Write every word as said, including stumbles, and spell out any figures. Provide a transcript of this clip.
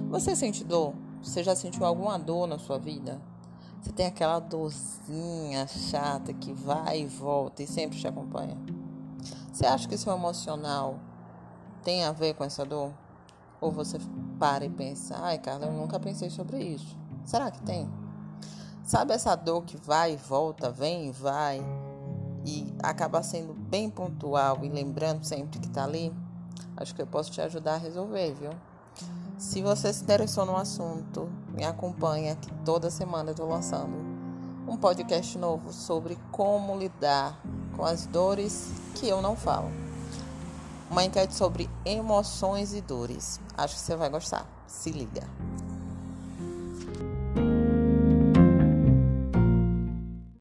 Você sente dor? Você já sentiu alguma dor na sua vida? Você tem aquela dorzinha chata que vai e volta e sempre te acompanha? Você acha que seu emocional tem a ver com essa dor? Ou você para e pensa, ai, Carla, eu nunca pensei sobre isso. Será que tem? Sabe essa dor que vai e volta, vem e vai e acaba sendo bem pontual e lembrando sempre que tá ali? Acho que eu posso te ajudar a resolver, viu? Se você se interessou no assunto, me acompanha que toda semana eu estou lançando um podcast novo sobre como lidar com as dores que eu não falo. Uma enquete sobre emoções e dores. Acho que você vai gostar. Se liga.